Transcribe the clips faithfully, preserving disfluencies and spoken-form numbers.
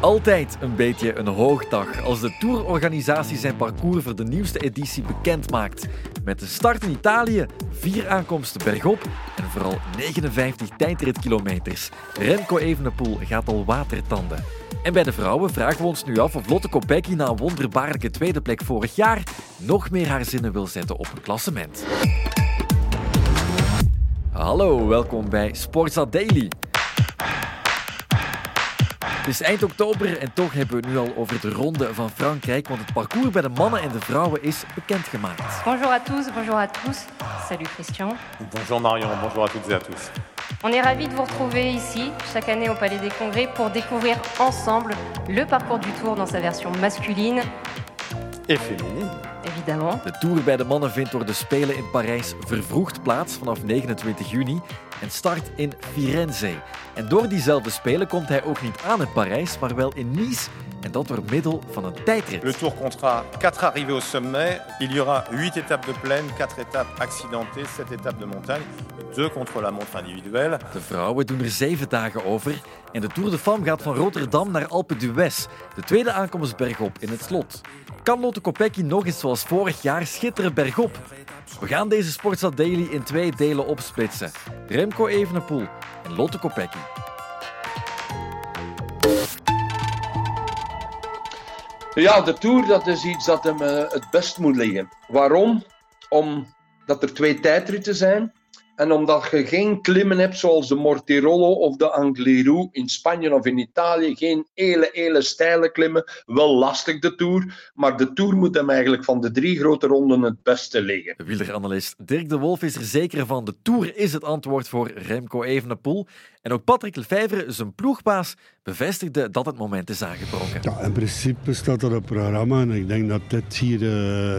Altijd een beetje een hoogdag als de tourorganisatie zijn parcours voor de nieuwste editie bekend maakt. Met de start in Italië, vier aankomsten bergop en vooral negenenvijftig tijdritkilometers. Remco Evenepoel gaat al watertanden. En bij de vrouwen vragen we ons nu af of Lotte Kopecky na een wonderbaarlijke tweede plek vorig jaar nog meer haar zinnen wil zetten op een klassement. Hallo, welkom bij Sportza Daily. Het is eind oktober en toch hebben we het nu al over de Ronde van Frankrijk, want het parcours bij de mannen en de vrouwen is bekendgemaakt. Bonjour à tous, bonjour à tous. Salut Christian. Bonjour Marion, bonjour à toutes et à tous. On est ravis de vous retrouver ici, chaque année au Palais des Congrès, pour découvrir ensemble le parcours du Tour dans sa version masculine. Et féminine. Évidemment. De Tour bij de mannen vindt door de Spelen in Parijs vervroegd plaats vanaf negenentwintig juni en start in Firenze. En door diezelfde Spelen komt hij ook niet aan in Parijs, maar wel in Nice. En dat door middel van een tijdrit. Le Tour comptera quatre arrivées au sommet. Il y aura huit étapes de plaine, quatre étapes accidentées, sept étapes de montagne, deux contre-la-montre individuelle. De vrouwen doen er zeven dagen over. En de Tour de Femme gaat van Rotterdam naar Alpe d'Huez, de tweede aankomst bergop in het slot. Kan Lotte Kopecky nog eens zoals vorig jaar schitteren bergop? We gaan deze Sportza Daily in twee delen opsplitsen. Remco Evenepoel en Lotte Kopecky. Ja, de Tour dat is iets dat hem uh, het best moet liggen. Waarom? Omdat er twee tijdritten zijn. En omdat je geen klimmen hebt zoals de Mortirolo of de Angliru in Spanje of in Italië. Geen hele, hele steile klimmen. Wel lastig de Tour. Maar de Tour moet hem eigenlijk van de drie grote ronden het beste liggen. De wieleranalist Dirk de Wolf is er zeker van. De Tour is het antwoord voor Remco Evenepoel. En ook Patrick Lefevere, zijn ploegbaas, bevestigde dat het moment is aangebroken. Ja, in principe staat er een programma en ik denk dat dit hier uh,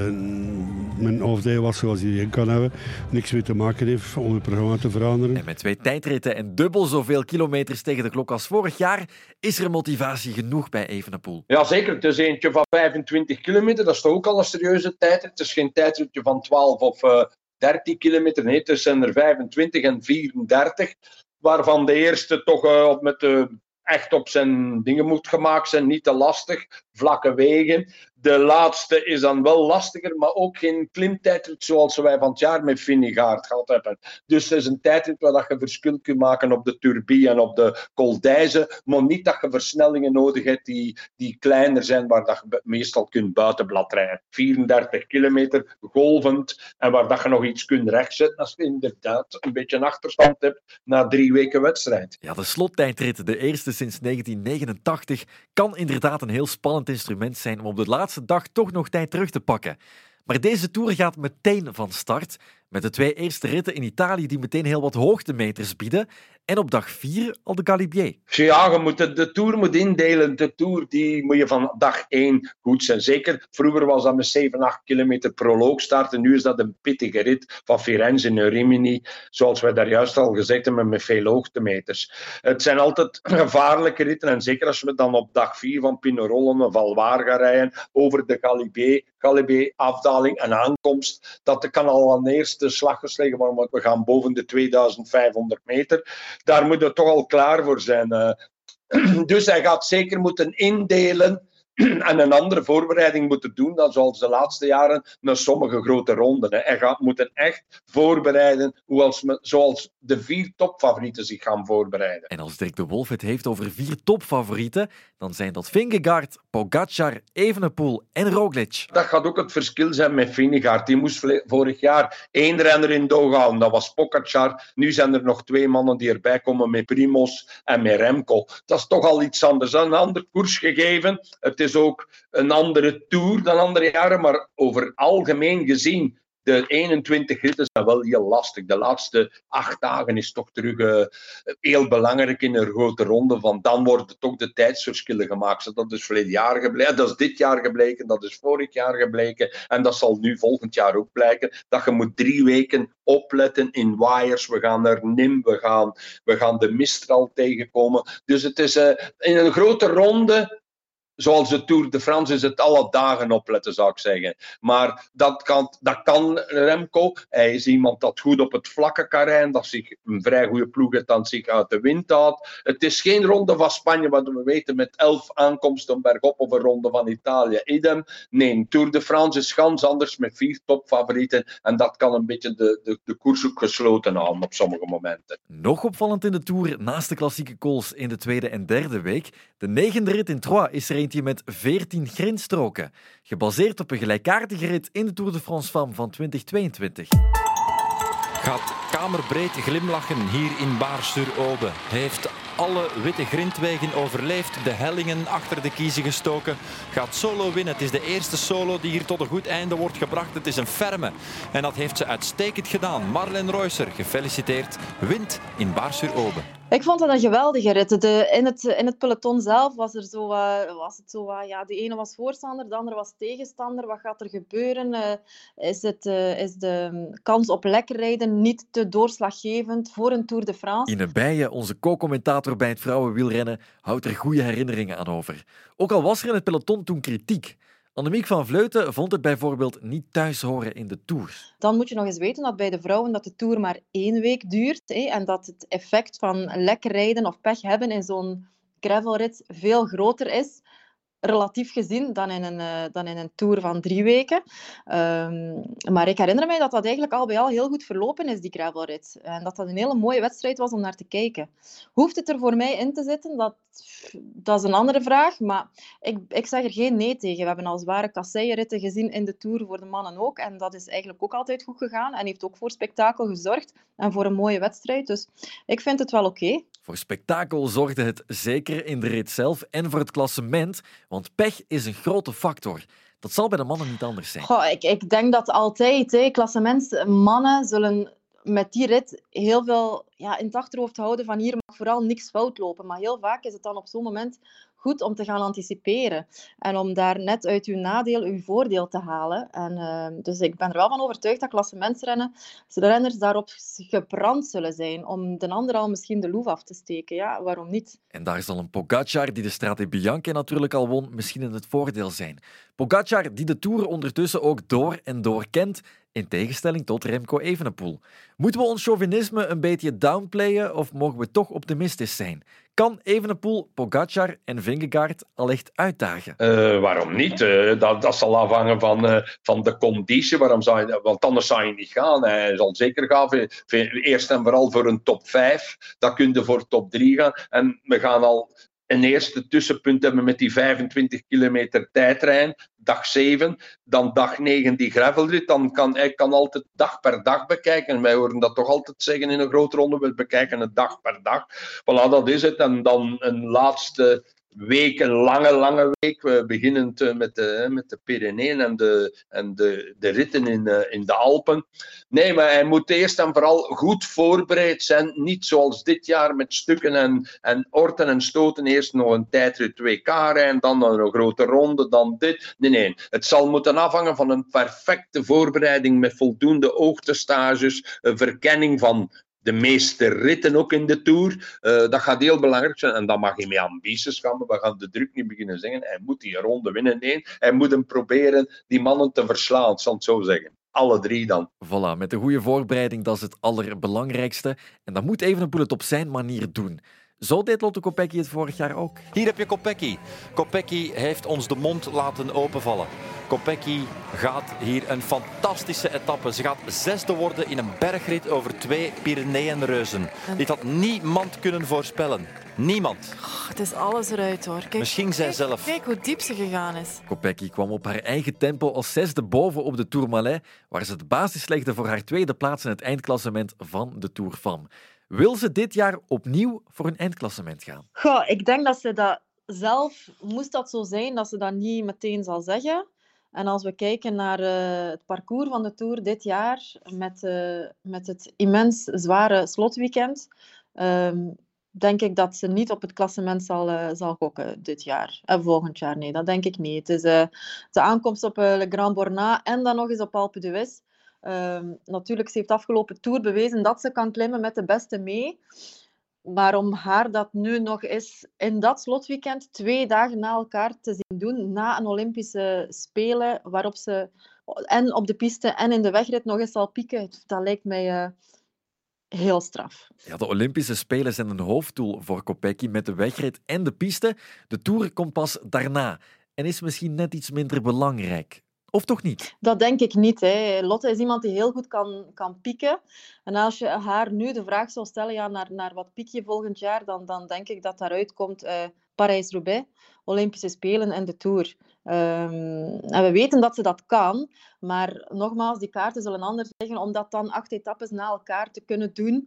mijn hoofdij was zoals iedereen kan hebben. Niks mee te maken heeft om het programma te veranderen. En met twee tijdritten en dubbel zoveel kilometers tegen de klok als vorig jaar is er motivatie genoeg bij Evenepoel. Ja, zeker. Het is eentje van vijfentwintig kilometer. Dat is toch ook al een serieuze tijdrit. Het is geen tijdritje van twaalf of uh, dertien kilometer. Nee, het zijn er vijfentwintig en vierendertig. Waarvan de eerste toch uh, met de, echt op zijn dingen moet gemaakt zijn. Niet te lastig. Vlakke wegen. De laatste is dan wel lastiger, maar ook geen klimtijdrit zoals wij van het jaar met Vingegaard gehad hebben. Dus het is een tijdrit waar je verschil kunt maken op de Turbie en op de Col d'Huez, maar niet dat je versnellingen nodig hebt die, die kleiner zijn, waar dat je meestal kunt buitenblad rijden. vierendertig kilometer, golvend, en waar dat je nog iets kunt rechtzetten als je inderdaad een beetje een achterstand hebt na drie weken wedstrijd. Ja, de slottijdrit, de eerste sinds negentien negenentachtig, kan inderdaad een heel spannend instrument zijn om op de laatste dag toch nog tijd terug te pakken. Maar deze Tour gaat meteen van start, met de twee eerste ritten in Italië die meteen heel wat hoogtemeters bieden. En op dag vier al de Galibier. Ja, je moet de, de Tour moet indelen. De Tour die moet je van dag één goed zijn. Zeker, vroeger was dat met zeven, acht kilometer proloog starten. Nu is dat een pittige rit van Firenze naar Rimini. Zoals wij daar juist al gezegd hebben, met veel hoogtemeters. Het zijn altijd gevaarlijke ritten. En zeker als we dan op dag vier van Pinerolo of Valvar gaan rijden. Over de Galibier. Galibier, afdaling en aankomst. Dat kan al aan de eerste slag geslagen worden. Want we gaan boven de tweeduizend vijfhonderd meter. Daar moet je toch al klaar voor zijn. Dus hij gaat zeker moeten indelen en een andere voorbereiding moeten doen dan zoals de laatste jaren naar sommige grote ronden. Hij gaat moeten echt voorbereiden zoals de vier topfavorieten zich gaan voorbereiden. En als Dirk de Wolf het heeft over vier topfavorieten, dan zijn dat Vingegaard, Pogacar, Evenepoel en Roglic. Dat gaat ook het verschil zijn met Vingegaard. Die moest vorig jaar één renner in Doha houden, dat was Pogacar. Nu zijn er nog twee mannen die erbij komen met Primoz en met Remco. Dat is toch al iets anders. Een ander koers gegeven. Het is ook een andere Tour dan andere jaren, maar over algemeen gezien, de eenentwintig ritten zijn wel heel lastig. De laatste acht dagen is toch terug uh, heel belangrijk in een grote ronde, want dan worden toch de tijdsverschillen gemaakt. Dat is verleden jaar gebleken, dat is dit jaar gebleken, dat is vorig jaar gebleken en dat zal nu volgend jaar ook blijken. Dat je moet drie weken opletten in waaiers. We gaan naar Nim, we gaan, we gaan de Mistral tegenkomen. Dus het is uh, in een grote ronde zoals de Tour de France is het alle dagen opletten, zou ik zeggen. Maar dat kan, dat kan Remco. Hij is iemand dat goed op het vlakke kan rijden, dat zich een vrij goede ploeg heeft, dan zich uit de wind houdt. Het is geen ronde van Spanje, wat we weten, met elf aankomsten bergop of een ronde van Italië. Idem. Nee, Tour de France is gans anders met vier topfavorieten. En dat kan een beetje de, de, de koers ook gesloten houden op sommige momenten. Nog opvallend in de Tour, naast de klassieke calls in de tweede en derde week, de negende rit in Troyes is er eentje met veertien grindstroken. Gebaseerd op een gelijkaardige rit in de Tour de France Femmes van twintig tweeëntwintig. Gaat kamerbreed glimlachen hier in Baars-sur-Aube. Heeft alle witte grindwegen overleefd, de hellingen achter de kiezen gestoken. Gaat solo winnen. Het is de eerste solo die hier tot een goed einde wordt gebracht. Het is een ferme. En dat heeft ze uitstekend gedaan. Marlene Reusser, gefeliciteerd, wint in Baars-sur-Aube. Ik vond dat een geweldige rit. De, in, het, in het peloton zelf was, er zo, uh, was het zo... Uh, ja, de ene was voorstander, de andere was tegenstander. Wat gaat er gebeuren? Uh, is, het, uh, is de kans op lekker rijden niet te doorslaggevend voor een Tour de France? Ine Bijen, onze co-commentator bij het vrouwenwielrennen, houdt er goede herinneringen aan over. Ook al was er in het peloton toen kritiek. Annemiek van Vleuten vond het bijvoorbeeld niet thuis horen in de Tour. Dan moet je nog eens weten dat bij de vrouwen dat de Tour maar één week duurt. Hé, en dat het effect van lekker rijden of pech hebben in zo'n gravelrit veel groter is, relatief gezien, dan in een, uh, dan in een Tour van drie weken. Um, maar ik herinner mij dat dat eigenlijk al bij al heel goed verlopen is, die gravelrit. En dat dat een hele mooie wedstrijd was om naar te kijken. Hoeft het er voor mij in te zitten? Dat, dat is een andere vraag. Maar ik, ik zeg er geen nee tegen. We hebben al zware kasseiritten gezien in de Tour voor de mannen ook. En dat is eigenlijk ook altijd goed gegaan. En heeft ook voor spektakel gezorgd. En voor een mooie wedstrijd. Dus ik vind het wel oké. Okay. Voor spektakel zorgde het zeker in de rit zelf en voor het klassement, want pech is een grote factor. Dat zal bij de mannen niet anders zijn. Goh, ik, ik denk dat altijd, hè, klassementsmannen zullen met die rit heel veel ja, in het achterhoofd houden van hier mag vooral niks fout lopen. Maar heel vaak is het dan op zo'n moment goed om te gaan anticiperen. En om daar net uit uw nadeel uw voordeel te halen. En, uh, dus ik ben er wel van overtuigd dat klassementsrennen, de renners daarop gebrand zullen zijn om de ander al misschien de loef af te steken. Ja, waarom niet? En daar zal een Pogacar, die de Strade Bianche natuurlijk al won, misschien in het voordeel zijn. Pogacar, die de Tour ondertussen ook door en door kent, in tegenstelling tot Remco Evenepoel. Moeten we ons chauvinisme een beetje downplayen of mogen we toch optimistisch zijn? Kan Evenepoel, Pogacar en Vingegaard al echt uitdagen? Uh, waarom niet? Uh, dat, dat zal afhangen van, uh, van de conditie. Waarom zou je, want anders zou je niet gaan. Hij zal zeker gaan. Eerst en vooral voor een top vijf. Dan kun je voor top drie gaan. En we gaan al een eerste tussenpunt hebben met die vijfentwintig kilometer tijdrijden. Dag zeven, dan dag negen die gravelrit. Dan kan hij kan altijd dag per dag bekijken. Wij horen dat toch altijd zeggen in een grote ronde. We bekijken het dag per dag. Voilà, dat is het. En dan een laatste week, een lange, lange week. We beginnen met de, met de Pyreneeën en, de, en de, de ritten in, in de Alpen. Nee, maar hij moet eerst en vooral goed voorbereid zijn. Niet zoals dit jaar met stukken en, en orten en stoten. Eerst nog een tijdrit W K rijden, dan nog een grote ronde, dan dit. Nee, nee. Het zal moeten afhangen van een perfecte voorbereiding met voldoende hoogtestages, een verkenning van de meeste ritten ook in de Tour. Uh, dat gaat heel belangrijk zijn. En dan mag hij met ambities gaan, maar we gaan de druk niet beginnen zeggen. Hij moet die ronde winnen. Nee, hij moet hem proberen die mannen te verslaan, zal ik zo zeggen. Alle drie dan. Voilà, met de goede voorbereiding, dat is het allerbelangrijkste. En dat moet Evenepoel het op zijn manier doen. Zo deed Lotto Kopecky het vorig jaar ook. Hier heb je Kopecky. Kopecky heeft ons de mond laten openvallen. Kopecky gaat hier een fantastische etappe. Ze gaat zesde worden in een bergrit over twee Pyreneeënreuzen. Dit had niemand kunnen voorspellen. Niemand. Oh, het is alles eruit hoor. Kijk, Misschien zij kijk, zelf. Kijk hoe diep ze gegaan is. Kopecky kwam op haar eigen tempo als zesde boven op de Tourmalet, waar ze de basis legde voor haar tweede plaats in het eindklassement van de Tour Femmes. Wil ze dit jaar opnieuw voor een eindklassement gaan? Goh, ik denk dat ze dat zelf, moest dat zo zijn, dat ze dat niet meteen zal zeggen. En als we kijken naar uh, het parcours van de Tour dit jaar, met, uh, met het immens zware slotweekend, um, denk ik dat ze niet op het klassement zal, uh, zal gokken dit jaar. En volgend jaar, nee, dat denk ik niet. Het is uh, de aankomst op uh, Le Grand Bornand en dan nog eens op Alpe d'Huez. Um, natuurlijk, ze heeft afgelopen Tour bewezen dat ze kan klimmen met de beste mee. Maar om haar dat nu nog eens in dat slotweekend twee dagen na elkaar te zien doen, na een Olympische Spelen, waarop ze en op de piste en in de wegrit nog eens zal pieken, dat lijkt mij uh, heel straf. Ja, de Olympische Spelen zijn een hoofddoel voor Kopecky met de wegrit en de piste. De Tour komt pas daarna en is misschien net iets minder belangrijk. Of toch niet? Dat denk ik niet. Hè. Lotte is iemand die heel goed kan, kan pieken. En als je haar nu de vraag zou stellen, ja, naar, naar wat piek je volgend jaar, dan, dan denk ik dat daaruit komt uh, Parijs-Roubaix, Olympische Spelen en de Tour. Um, en we weten dat ze dat kan, maar nogmaals, die kaarten zullen anders liggen om dat dan acht etappes na elkaar te kunnen doen.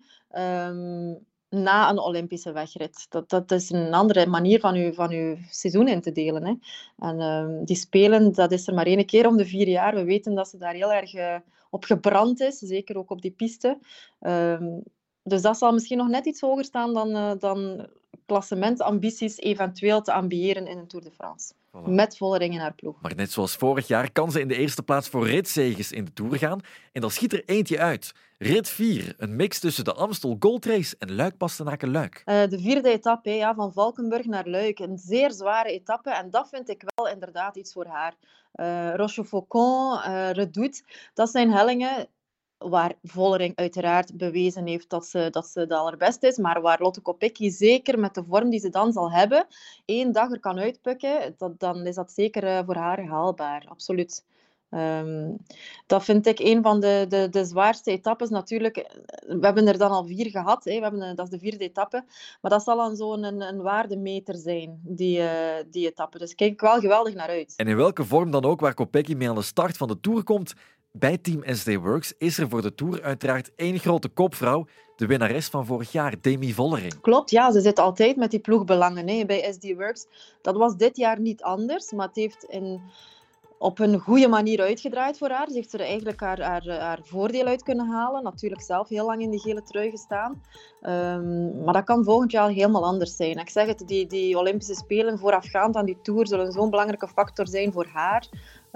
Um, na een Olympische wegrit. Dat, dat is een andere manier van je, van uw seizoen in te delen. Hè. En uh, die Spelen, dat is er maar één keer om de vier jaar. We weten dat ze daar heel erg uh, op gebrand is, zeker ook op die piste. Uh, dus dat zal misschien nog net iets hoger staan dan, uh, dan klassementambities eventueel te ambiëren in een Tour de France. Voilà. Met Vollering in haar ploeg. Maar net zoals vorig jaar kan ze in de eerste plaats voor ritzeges in de Tour gaan. En dan schiet er eentje uit. Rit vier, een mix tussen de Amstel Gold Race en Luik-Bastenaken-Luik. Uh, de vierde etappe, ja, van Valkenburg naar Luik. Een zeer zware etappe en dat vind ik wel inderdaad iets voor haar. Uh, Rochefoucauld, uh, Redoute, dat zijn hellingen waar Vollering uiteraard bewezen heeft dat ze, dat ze de allerbeste is, maar waar Lotte Kopecky zeker met de vorm die ze dan zal hebben, één dag er kan uitpukken, dat, dan is dat zeker uh, voor haar haalbaar. Absoluut. Um, dat vind ik een van de, de, de zwaarste etappes natuurlijk. We hebben er dan al vier gehad, hè. We hebben een, dat is de vierde etappe, maar dat zal dan zo'n een, een waardemeter zijn, die, uh, die etappe. Dus kijk ik wel geweldig naar uit. En in welke vorm dan ook waar Kopecky mee aan de start van de Tour komt, bij Team S D Works is er voor de Tour uiteraard één grote kopvrouw, de winnares van vorig jaar, Demi Vollering. Klopt, ja, ze zit altijd met die ploegbelangen hè, bij S D Works. Dat was dit jaar niet anders, maar het heeft in, op een goede manier uitgedraaid voor haar. Ze heeft er eigenlijk haar, haar, haar voordeel uit kunnen halen. Natuurlijk zelf heel lang in die gele trui gestaan. Um, maar dat kan volgend jaar helemaal anders zijn. Ik zeg het, die, die Olympische Spelen voorafgaand aan die Tour zullen zo'n belangrijke factor zijn voor haar.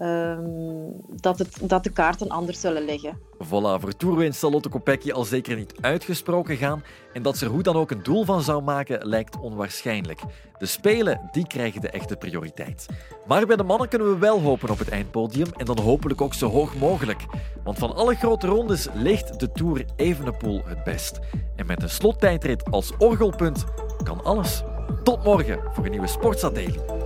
Um, dat, het, dat de kaarten anders zullen liggen. Voilà, voor toerwinst zal Lotte Kopecky al zeker niet uitgesproken gaan. En dat ze er hoe dan ook een doel van zou maken, lijkt onwaarschijnlijk. De Spelen, die krijgen de echte prioriteit. Maar bij de mannen kunnen we wel hopen op het eindpodium en dan hopelijk ook zo hoog mogelijk. Want van alle grote rondes ligt de Tour Evenepoel het best. En met een slottijdrit als orgelpunt kan alles. Tot morgen voor een nieuwe Sportsa Daily.